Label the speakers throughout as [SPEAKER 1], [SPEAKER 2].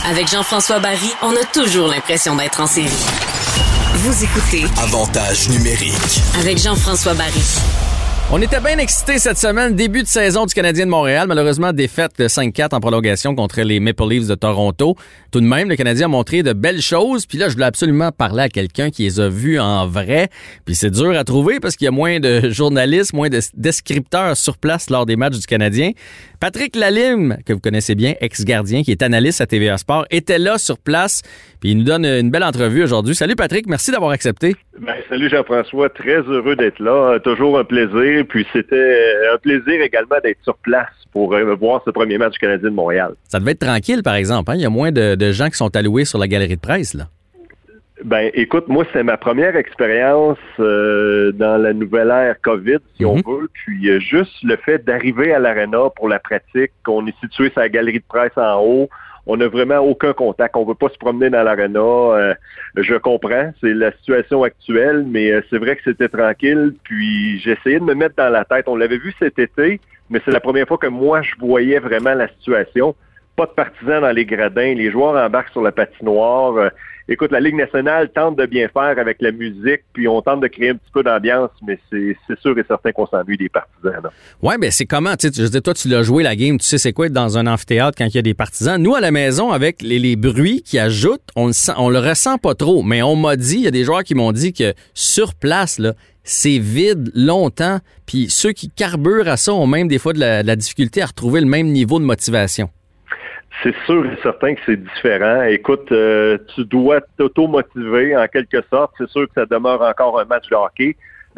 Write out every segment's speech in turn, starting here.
[SPEAKER 1] Avec Jean-François Barry, on a toujours l'impression d'être en série. Vous écoutez
[SPEAKER 2] Avantage numérique
[SPEAKER 1] avec Jean-François Barry.
[SPEAKER 3] On était bien excités cette semaine, début de saison du Canadien de Montréal. Malheureusement, défaite de 5-4 en prolongation contre les Maple Leafs de Toronto. Tout de même, le Canadien a montré de belles choses. Puis là, je voulais absolument parler à quelqu'un qui les a vus en vrai. Puis c'est dur à trouver parce qu'il y a moins de journalistes, moins de descripteurs sur place lors des matchs du Canadien. Patrick Lalime, que vous connaissez bien, ex-gardien, qui est analyste à TVA Sport, était là sur place. Puis il nous donne une belle entrevue aujourd'hui. Salut Patrick, merci d'avoir accepté.
[SPEAKER 4] Salut Jean-François, très heureux d'être là. Toujours un plaisir. Puis c'était un plaisir également d'être sur place pour voir ce premier match du Canadien de Montréal. Ça
[SPEAKER 3] devait être tranquille, par exemple. Hein? Il y a moins de gens qui sont alloués sur la galerie de presse, là.
[SPEAKER 4] Écoute, moi, c'est ma première expérience dans la nouvelle ère COVID, si on veut. Puis juste le fait d'arriver à l'aréna pour la pratique, qu'on est situé sur la galerie de presse en haut, on n'a vraiment aucun contact. On ne veut pas se promener dans l'aréna. Je comprends, c'est la situation actuelle, mais c'est vrai que c'était tranquille. Puis j'ai essayé de me mettre dans la tête. On l'avait vu cet été, mais c'est la première fois que moi, je voyais vraiment la situation. Pas de partisans dans les gradins. Les joueurs embarquent sur la patinoire. Écoute, la Ligue nationale tente de bien faire avec la musique, puis on tente de créer un petit peu d'ambiance, mais c'est sûr et certain qu'on s'ennuie des partisans.
[SPEAKER 3] Oui, mais c'est comment? Tu sais, je veux dire, toi, tu l'as joué la game, tu sais c'est quoi être dans un amphithéâtre quand il y a des partisans. Nous, à la maison, avec les bruits qui ajoutent, on le ressent pas trop, mais on m'a dit, il y a des joueurs qui m'ont dit que sur place, là, c'est vide longtemps, puis ceux qui carburent à ça ont même des fois de la difficulté à retrouver le même niveau de motivation.
[SPEAKER 4] C'est sûr et certain que c'est différent. Écoute, tu dois t'auto-motiver en quelque sorte. C'est sûr que ça demeure encore un match de hockey.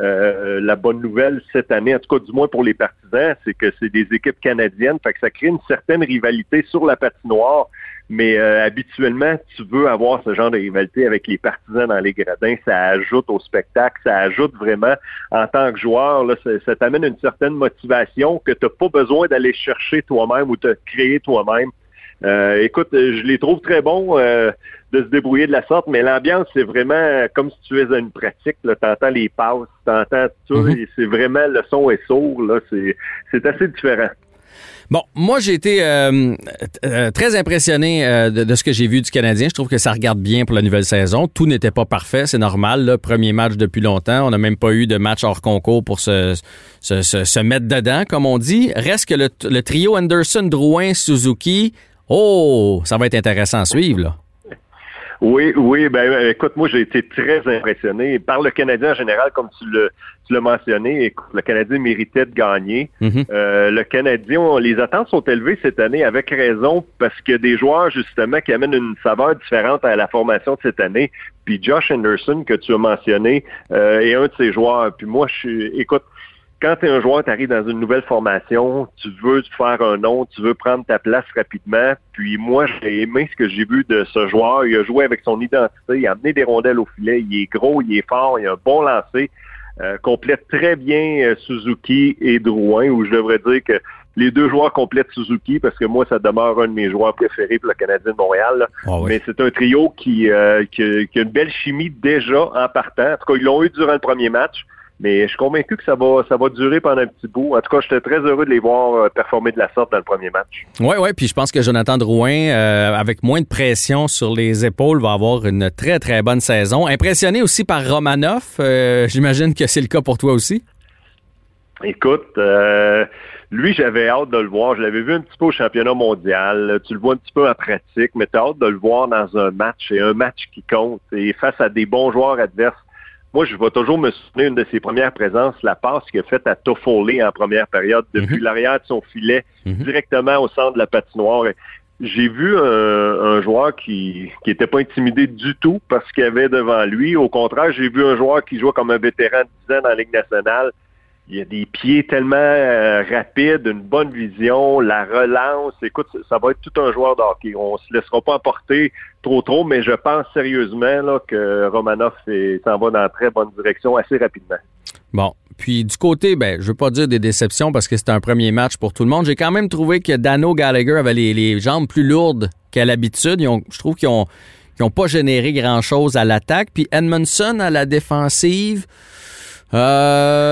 [SPEAKER 4] La bonne nouvelle cette année, en tout cas du moins pour les partisans, c'est que c'est des équipes canadiennes. Fait que ça crée une certaine rivalité sur la patinoire. Mais habituellement, tu veux avoir ce genre de rivalité avec les partisans dans les gradins. Ça ajoute au spectacle, ça ajoute vraiment en tant que joueur. Là, ça t'amène une certaine motivation que tu n'as pas besoin d'aller chercher toi-même ou te créer toi-même. Écoute, je les trouve très bons de se débrouiller de la sorte, mais l'ambiance, c'est vraiment comme si tu faisais une pratique. Tu entends les passes, tu entends tout, et c'est vraiment le son est sourd. Là, c'est assez différent.
[SPEAKER 3] Bon, moi, j'ai été très impressionné de ce que j'ai vu du Canadien. Je trouve que ça regarde bien pour la nouvelle saison. Tout n'était pas parfait, c'est normal. Là, premier match depuis longtemps. On n'a même pas eu de match hors concours pour se mettre dedans, comme on dit. Reste que le trio Anderson, Drouin, Suzuki... Oh, ça va être intéressant à suivre, là.
[SPEAKER 4] Oui, écoute, moi, j'ai été très impressionné par le Canadien en général, comme tu l'as mentionné. Écoute, le Canadien méritait de gagner. Le Canadien, les attentes sont élevées cette année, avec raison, parce qu'il y a des joueurs, justement, qui amènent une saveur différente à la formation de cette année. Puis Josh Anderson, que tu as mentionné, est un de ces joueurs. Puis moi, écoute, quand tu es un joueur, tu arrives dans une nouvelle formation, tu veux te faire un nom, tu veux prendre ta place rapidement. Puis moi, j'ai aimé ce que j'ai vu de ce joueur. Il a joué avec son identité, il a amené des rondelles au filet, il est gros, il est fort, il a un bon lancer. Complète très bien Suzuki et Drouin, où je devrais dire que les deux joueurs complètent Suzuki, parce que moi, ça demeure un de mes joueurs préférés pour le Canadien de Montréal.
[SPEAKER 3] Oui.
[SPEAKER 4] Mais c'est un trio qui a une belle chimie déjà en partant. En tout cas, ils l'ont eu durant le premier match. Mais je suis convaincu que ça va durer pendant un petit bout. En tout cas, j'étais très heureux de les voir performer de la sorte dans le premier match.
[SPEAKER 3] Oui, puis je pense que Jonathan Drouin, avec moins de pression sur les épaules, va avoir une très, très bonne saison. Impressionné aussi par Romanov. J'imagine que c'est le cas pour toi aussi.
[SPEAKER 4] Écoute, lui, j'avais hâte de le voir. Je l'avais vu un petit peu au championnat mondial. Tu le vois un petit peu en pratique, mais tu as hâte de le voir dans un match. Et un match qui compte. Et face à des bons joueurs adverses. Moi, je vais toujours me souvenir une de ses premières présences, la passe qu'il a faite à Toffoli en première période, depuis l'arrière de son filet, directement au centre de la patinoire. Et j'ai vu un joueur qui était pas intimidé du tout parce qu'il y avait devant lui. Au contraire, j'ai vu un joueur qui jouait comme un vétéran de 10 ans dans la Ligue nationale. Il a des pieds tellement rapides, une bonne vision, la relance. Écoute, ça va être tout un joueur de hockey. On se laissera pas emporter trop, mais je pense sérieusement là, que Romanov s'en va dans la très bonne direction assez rapidement.
[SPEAKER 3] Bon, puis du côté, je veux pas dire des déceptions parce que c'était un premier match pour tout le monde. J'ai quand même trouvé que Dano Gallagher avait les jambes plus lourdes qu'à l'habitude. Je trouve qu'ils ont pas généré grand-chose à l'attaque. Puis Edmondson à la défensive...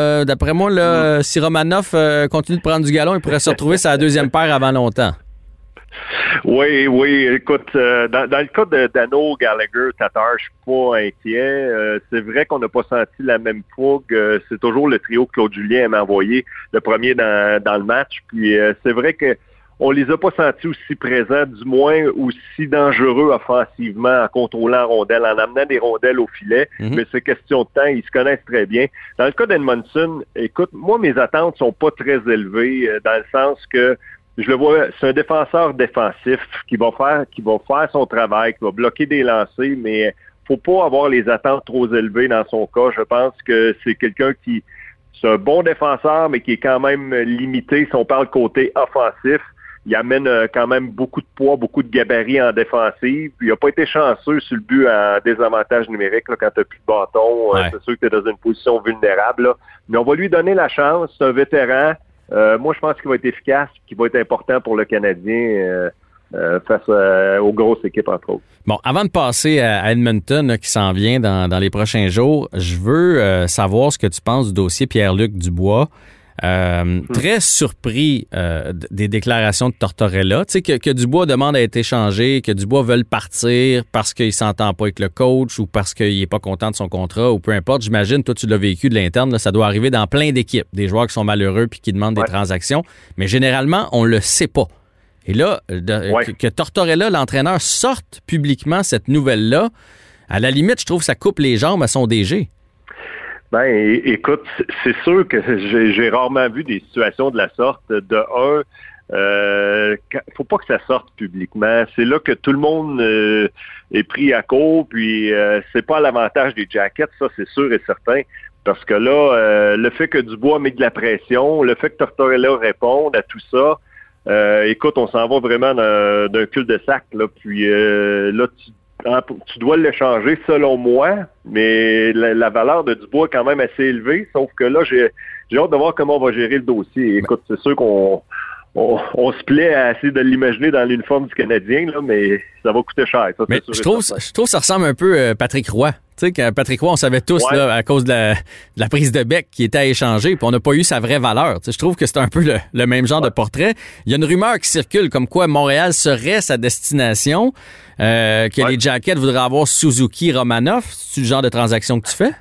[SPEAKER 3] d'après moi, là, si Romanov continue de prendre du galon, il pourrait se retrouver sa deuxième paire avant longtemps.
[SPEAKER 4] Oui, écoute, dans le cas de Dano, Gallagher, Tatar, je suis pas inquiet. C'est vrai qu'on n'a pas senti la même fougue. C'est toujours le trio que Claude Julien m'a envoyé, le premier dans le match. Puis c'est vrai que on les a pas sentis aussi présents, du moins aussi dangereux offensivement, en contrôlant la rondelle, en amenant des rondelles au filet. Mais c'est question de temps, ils se connaissent très bien. Dans le cas d'Edmondson, écoute, moi, mes attentes sont pas très élevées, dans le sens que je le vois, c'est un défenseur défensif qui va faire son travail, qui va bloquer des lancers, mais faut pas avoir les attentes trop élevées dans son cas. Je pense que c'est quelqu'un c'est un bon défenseur, mais qui est quand même limité si on parle côté offensif. Il amène quand même beaucoup de poids, beaucoup de gabarit en défensive. Puis il n'a pas été chanceux sur le but en désavantage numérique là, quand tu n'as plus de bâton.
[SPEAKER 3] Ouais.
[SPEAKER 4] C'est sûr que tu es dans une position vulnérable. Là. Mais on va lui donner la chance. C'est un vétéran. Moi, je pense qu'il va être efficace, qu'il va être important pour le Canadien face aux grosses équipes, entre autres.
[SPEAKER 3] Bon, avant de passer à Edmonton là, qui s'en vient dans les prochains jours, je veux savoir ce que tu penses du dossier Pierre-Luc Dubois. Très surpris des déclarations de Tortorella. Tu sais, que Dubois demande à être échangé, que Dubois veut partir parce qu'il s'entend pas avec le coach ou parce qu'il est pas content de son contrat ou peu importe. J'imagine, toi, tu l'as vécu de l'interne, là, ça doit arriver dans plein d'équipes. Des joueurs qui sont malheureux puis qui demandent des transactions. Mais généralement, on le sait pas. Et là, que Tortorella, l'entraîneur, sorte publiquement cette nouvelle-là, à la limite, je trouve que ça coupe les jambes à son DG.
[SPEAKER 4] Ben, écoute, c'est sûr que j'ai rarement vu des situations de la sorte. De faut pas que ça sorte publiquement. C'est là que tout le monde est pris à court, puis c'est pas à l'avantage des Jackets, ça c'est sûr et certain. Parce que là, le fait que Dubois met de la pression, le fait que Tortorella réponde à tout ça, écoute, on s'en va vraiment d'un cul-de-sac, là. Puis là, tu dois l'échanger selon moi, mais la valeur de Dubois est quand même assez élevée, sauf que là, j'ai hâte de voir comment on va gérer le dossier. Écoute, c'est sûr qu'on se plaît à essayer de l'imaginer dans l'uniforme du Canadien, là, mais ça va coûter cher. Ça,
[SPEAKER 3] mais je trouve que ça ressemble un peu à Patrick Roy. Tu sais, quand Patrick Roy, on savait tous, là, à cause de la prise de bec qui était à échanger, puis on n'a pas eu sa vraie valeur. Tu sais, je trouve que c'est un peu le même genre de portrait. Il y a une rumeur qui circule comme quoi Montréal serait sa destination, que les Jackets voudraient avoir Suzuki Romanov. C'est le genre de transaction que tu fais?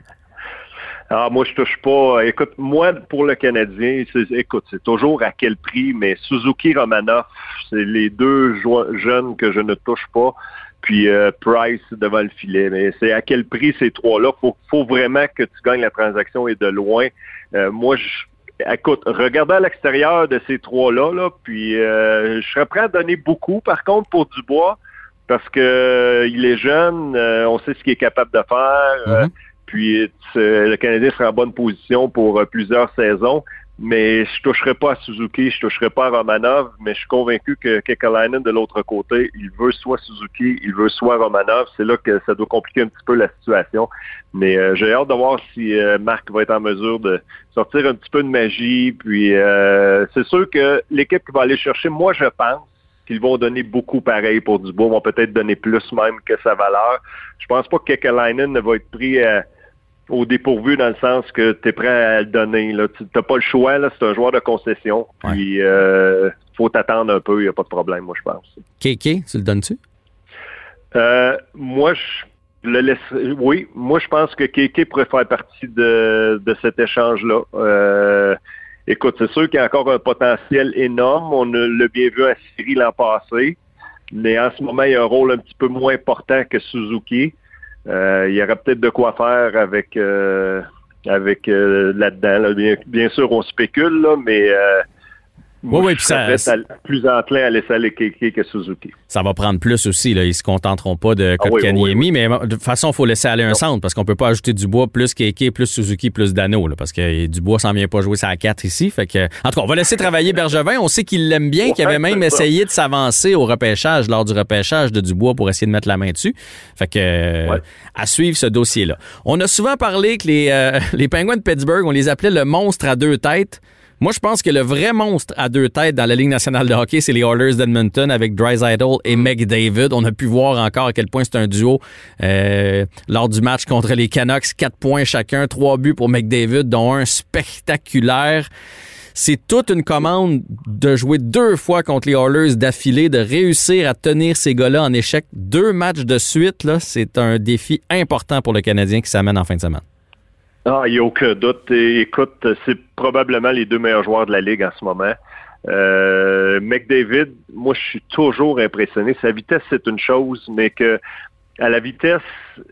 [SPEAKER 4] Ah, moi, je touche pas. Écoute, moi, pour le Canadien, c'est toujours à quel prix, mais Suzuki Romanov, c'est les deux jeunes que je ne touche pas. Puis Price devant le filet. Mais c'est à quel prix ces trois-là? Faut vraiment que tu gagnes la transaction et de loin. Moi, écoute, regardez à l'extérieur de ces trois-là, là, puis je serais prêt à donner beaucoup, par contre, pour Dubois, parce que il est jeune, on sait ce qu'il est capable de faire. Puis le Canadien sera en bonne position pour plusieurs saisons. Mais je toucherai pas à Suzuki, je toucherai pas à Romanov, mais je suis convaincu que Kekalainen, de l'autre côté, il veut soit Suzuki, il veut soit Romanov. C'est là que ça doit compliquer un petit peu la situation. Mais j'ai hâte de voir si Marc va être en mesure de sortir un petit peu de magie. Puis c'est sûr que l'équipe qui va aller chercher, moi je pense qu'ils vont donner beaucoup pareil pour Dubois, vont peut-être donner plus même que sa valeur. Je pense pas que Kekalainen ne va être pris au dépourvu dans le sens que tu es prêt à le donner. Tu n'as pas le choix, là, c'est un joueur de concession. Puis faut t'attendre un peu, il n'y a pas de problème, moi je pense.
[SPEAKER 3] Kéké, tu le donnes-tu?
[SPEAKER 4] Moi, je le laisse. Oui, moi je pense que Kéké pourrait faire partie de cet échange-là. Écoute, c'est sûr qu'il y a encore un potentiel énorme. On l'a bien vu à Syrie l'an passé. Mais en ce moment, il y a un rôle un petit peu moins important que Suzuki. Il y aurait peut-être de quoi faire avec là-dedans. Là. Bien sûr, on spécule, là, mais
[SPEAKER 3] oui,
[SPEAKER 4] je serais plus enclin à laisser aller Kéké que Suzuki.
[SPEAKER 3] Ça va prendre plus aussi. Là. Ils se contenteront pas de Kotkaniemi, mais de toute façon, il faut laisser aller un centre parce qu'on peut pas ajouter Dubois plus Kéké, plus Suzuki, plus Dano, là, parce que Dubois s'en vient pas jouer sa 4 ici. Fait que, en tout cas, on va laisser travailler Bergevin. On sait qu'il l'aime bien, qu'il avait même essayé de s'avancer au repêchage, lors du repêchage de Dubois pour essayer de mettre la main dessus. Fait que, à suivre ce dossier-là. On a souvent parlé que les Penguins de Pittsburgh, on les appelait le monstre à deux têtes. Moi, je pense que le vrai monstre à deux têtes dans la Ligue nationale de hockey, c'est les Oilers d'Edmonton avec Draisaitl et McDavid. On a pu voir encore à quel point c'est un duo lors du match contre les Canucks. 4 points chacun, 3 buts pour McDavid, dont un spectaculaire. c'est toute une commande de jouer 2 fois contre les Oilers d'affilée, de réussir à tenir ces gars-là en échec 2 matchs de suite. Là, c'est un défi important pour le Canadien qui s'amène en fin de semaine.
[SPEAKER 4] Ah, il n'y a aucun doute. Écoute, c'est probablement les 2 meilleurs joueurs de la Ligue en ce moment. McDavid, moi, je suis toujours impressionné. Sa vitesse, c'est une chose, mais que à la vitesse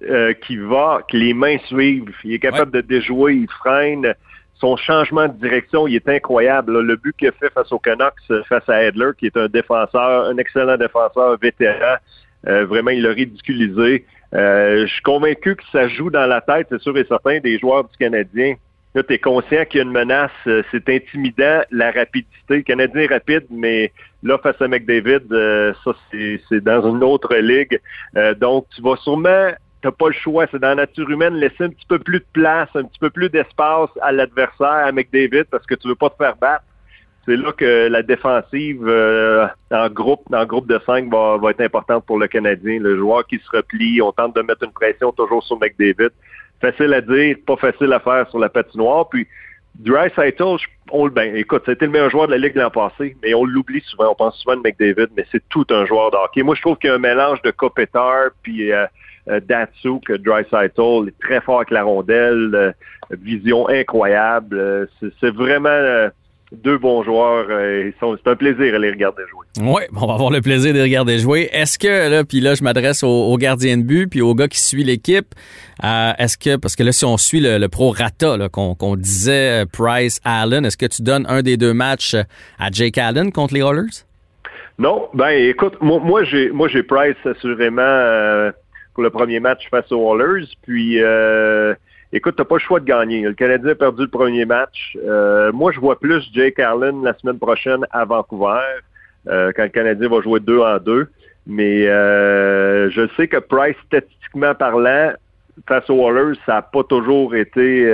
[SPEAKER 4] que les mains suivent, il est capable de déjouer, il freine. Son changement de direction, il est incroyable. Là, le but qu'il a fait face aux Canucks, face à Edler, qui est un excellent défenseur vétéran, vraiment, il l'a ridiculisé. Je suis convaincu que ça joue dans la tête, c'est sûr et certain, des joueurs du Canadien. Là, tu es conscient qu'il y a une menace, c'est intimidant, la rapidité. Le Canadien est rapide, mais là, face à McDavid, ça, c'est dans une autre ligue. Donc, tu vas sûrement, t'as pas le choix, c'est dans la nature humaine, laisser un petit peu plus de place, un petit peu plus d'espace à l'adversaire, à McDavid, parce que tu veux pas te faire battre. C'est là que la défensive en groupe de 5 va être importante pour le Canadien. Le joueur qui se replie, on tente de mettre une pression toujours sur McDavid. Facile à dire, pas facile à faire sur la patinoire. Puis Draisaitl, écoute, ça a été le meilleur joueur de la Ligue l'an passé, mais on l'oublie souvent. On pense souvent de McDavid, mais c'est tout un joueur de hockey. Moi, je trouve qu'il y a un mélange de Kopitar puis Datsuk, Draisaitl, est très fort avec la rondelle, vision incroyable. C'est vraiment 2 bons joueurs. C'est un plaisir à les regarder jouer.
[SPEAKER 3] Oui, on va avoir le plaisir de les regarder jouer. Est-ce que, là, puis là, je m'adresse aux gardiens de but puis aux gars qui suivent l'équipe, parce que là, si on suit le pro-rata là, qu'on disait Price, Allen, est-ce que tu donnes un des 2 matchs à Jake Allen contre les Oilers?
[SPEAKER 4] Non, écoute, moi j'ai Price assurément pour le premier match face aux Oilers, puis écoute, t'as pas le choix de gagner. Le Canadien a perdu le premier match. Moi, je vois plus Jake Allen la semaine prochaine à Vancouver, quand le Canadien va jouer 2-2. Mais je sais que Price, statistiquement parlant, face aux Oilers, ça n'a pas toujours été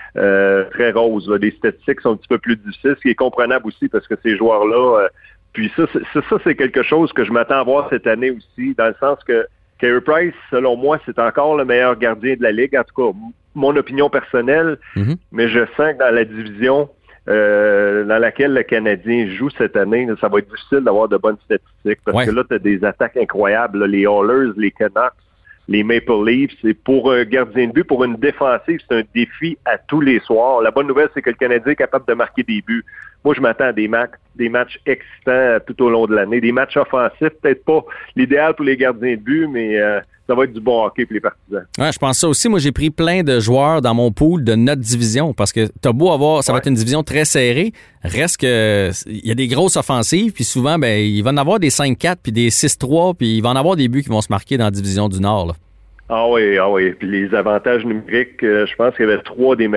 [SPEAKER 4] très rose. Là. Les statistiques sont un petit peu plus difficiles, ce qui est comprenable aussi parce que ces joueurs-là... puis ça, c'est quelque chose que je m'attends à voir cette année aussi, dans le sens que Carey Price, selon moi, c'est encore le meilleur gardien de la Ligue. En tout cas, mon opinion personnelle, mais je sens que dans la division dans laquelle le Canadien joue cette année, là, ça va être difficile d'avoir de bonnes statistiques parce que là, tu as des attaques incroyables. Là, les Oilers, les Canucks, les Maple Leafs, c'est pour un gardien de but, pour une défensive, c'est un défi à tous les soirs. La bonne nouvelle, c'est que le Canadien est capable de marquer des buts. Moi, je m'attends à des matchs excitants tout au long de l'année, des matchs offensifs, peut-être pas l'idéal pour les gardiens de but, mais ça va être du bon hockey pour les partisans.
[SPEAKER 3] Ouais, je pense ça aussi. Moi, j'ai pris plein de joueurs dans mon pool de notre division parce que t'as beau avoir, ça va être une division très serrée, reste que il y a des grosses offensives, puis souvent, il va en avoir des 5-4 puis des 6-3, puis il va en avoir des buts qui vont se marquer dans la division du Nord, là.
[SPEAKER 4] Ah oui. Puis les avantages numériques, je pense qu'il y avait 3 des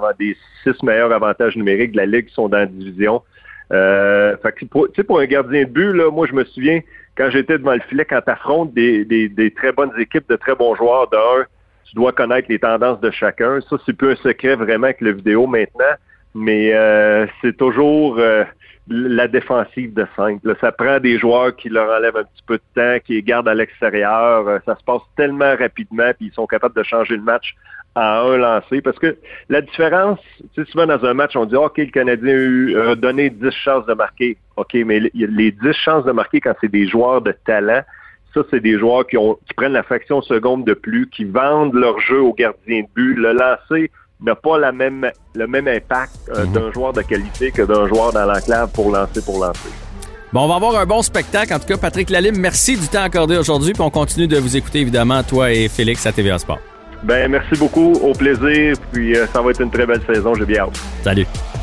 [SPEAKER 4] 6 meilleurs avantages numériques de la Ligue qui sont dans la division. Fait que pour un gardien de but, là, moi je me souviens, quand j'étais devant le filet, quand tu affrontes des très bonnes équipes, de très bons joueurs, tu dois connaître les tendances de chacun. Ça, c'est plus un secret vraiment avec le vidéo maintenant, mais c'est toujours la défensive de 5. Là, ça prend des joueurs qui leur enlèvent un petit peu de temps, qui les gardent à l'extérieur. Ça se passe tellement rapidement, puis ils sont capables de changer le match à un lancé. Parce que la différence, tu sais, souvent dans un match, on dit « OK, le Canadien a donné 10 chances de marquer. » OK, mais les 10 chances de marquer quand c'est des joueurs de talent, ça, c'est des joueurs qui prennent la fraction seconde de plus, qui vendent leur jeu au gardien de but. Le lancer n'a pas le même impact d'un joueur de qualité que d'un joueur dans l'enclave pour lancer.
[SPEAKER 3] Bon, on va avoir un bon spectacle. En tout cas, Patrick Lalime, merci du temps accordé aujourd'hui. Puis on continue de vous écouter, évidemment, toi et Félix à TVA Sport.
[SPEAKER 4] Merci beaucoup. Au plaisir. Puis ça va être une très belle saison. J'ai bien hâte.
[SPEAKER 3] Salut.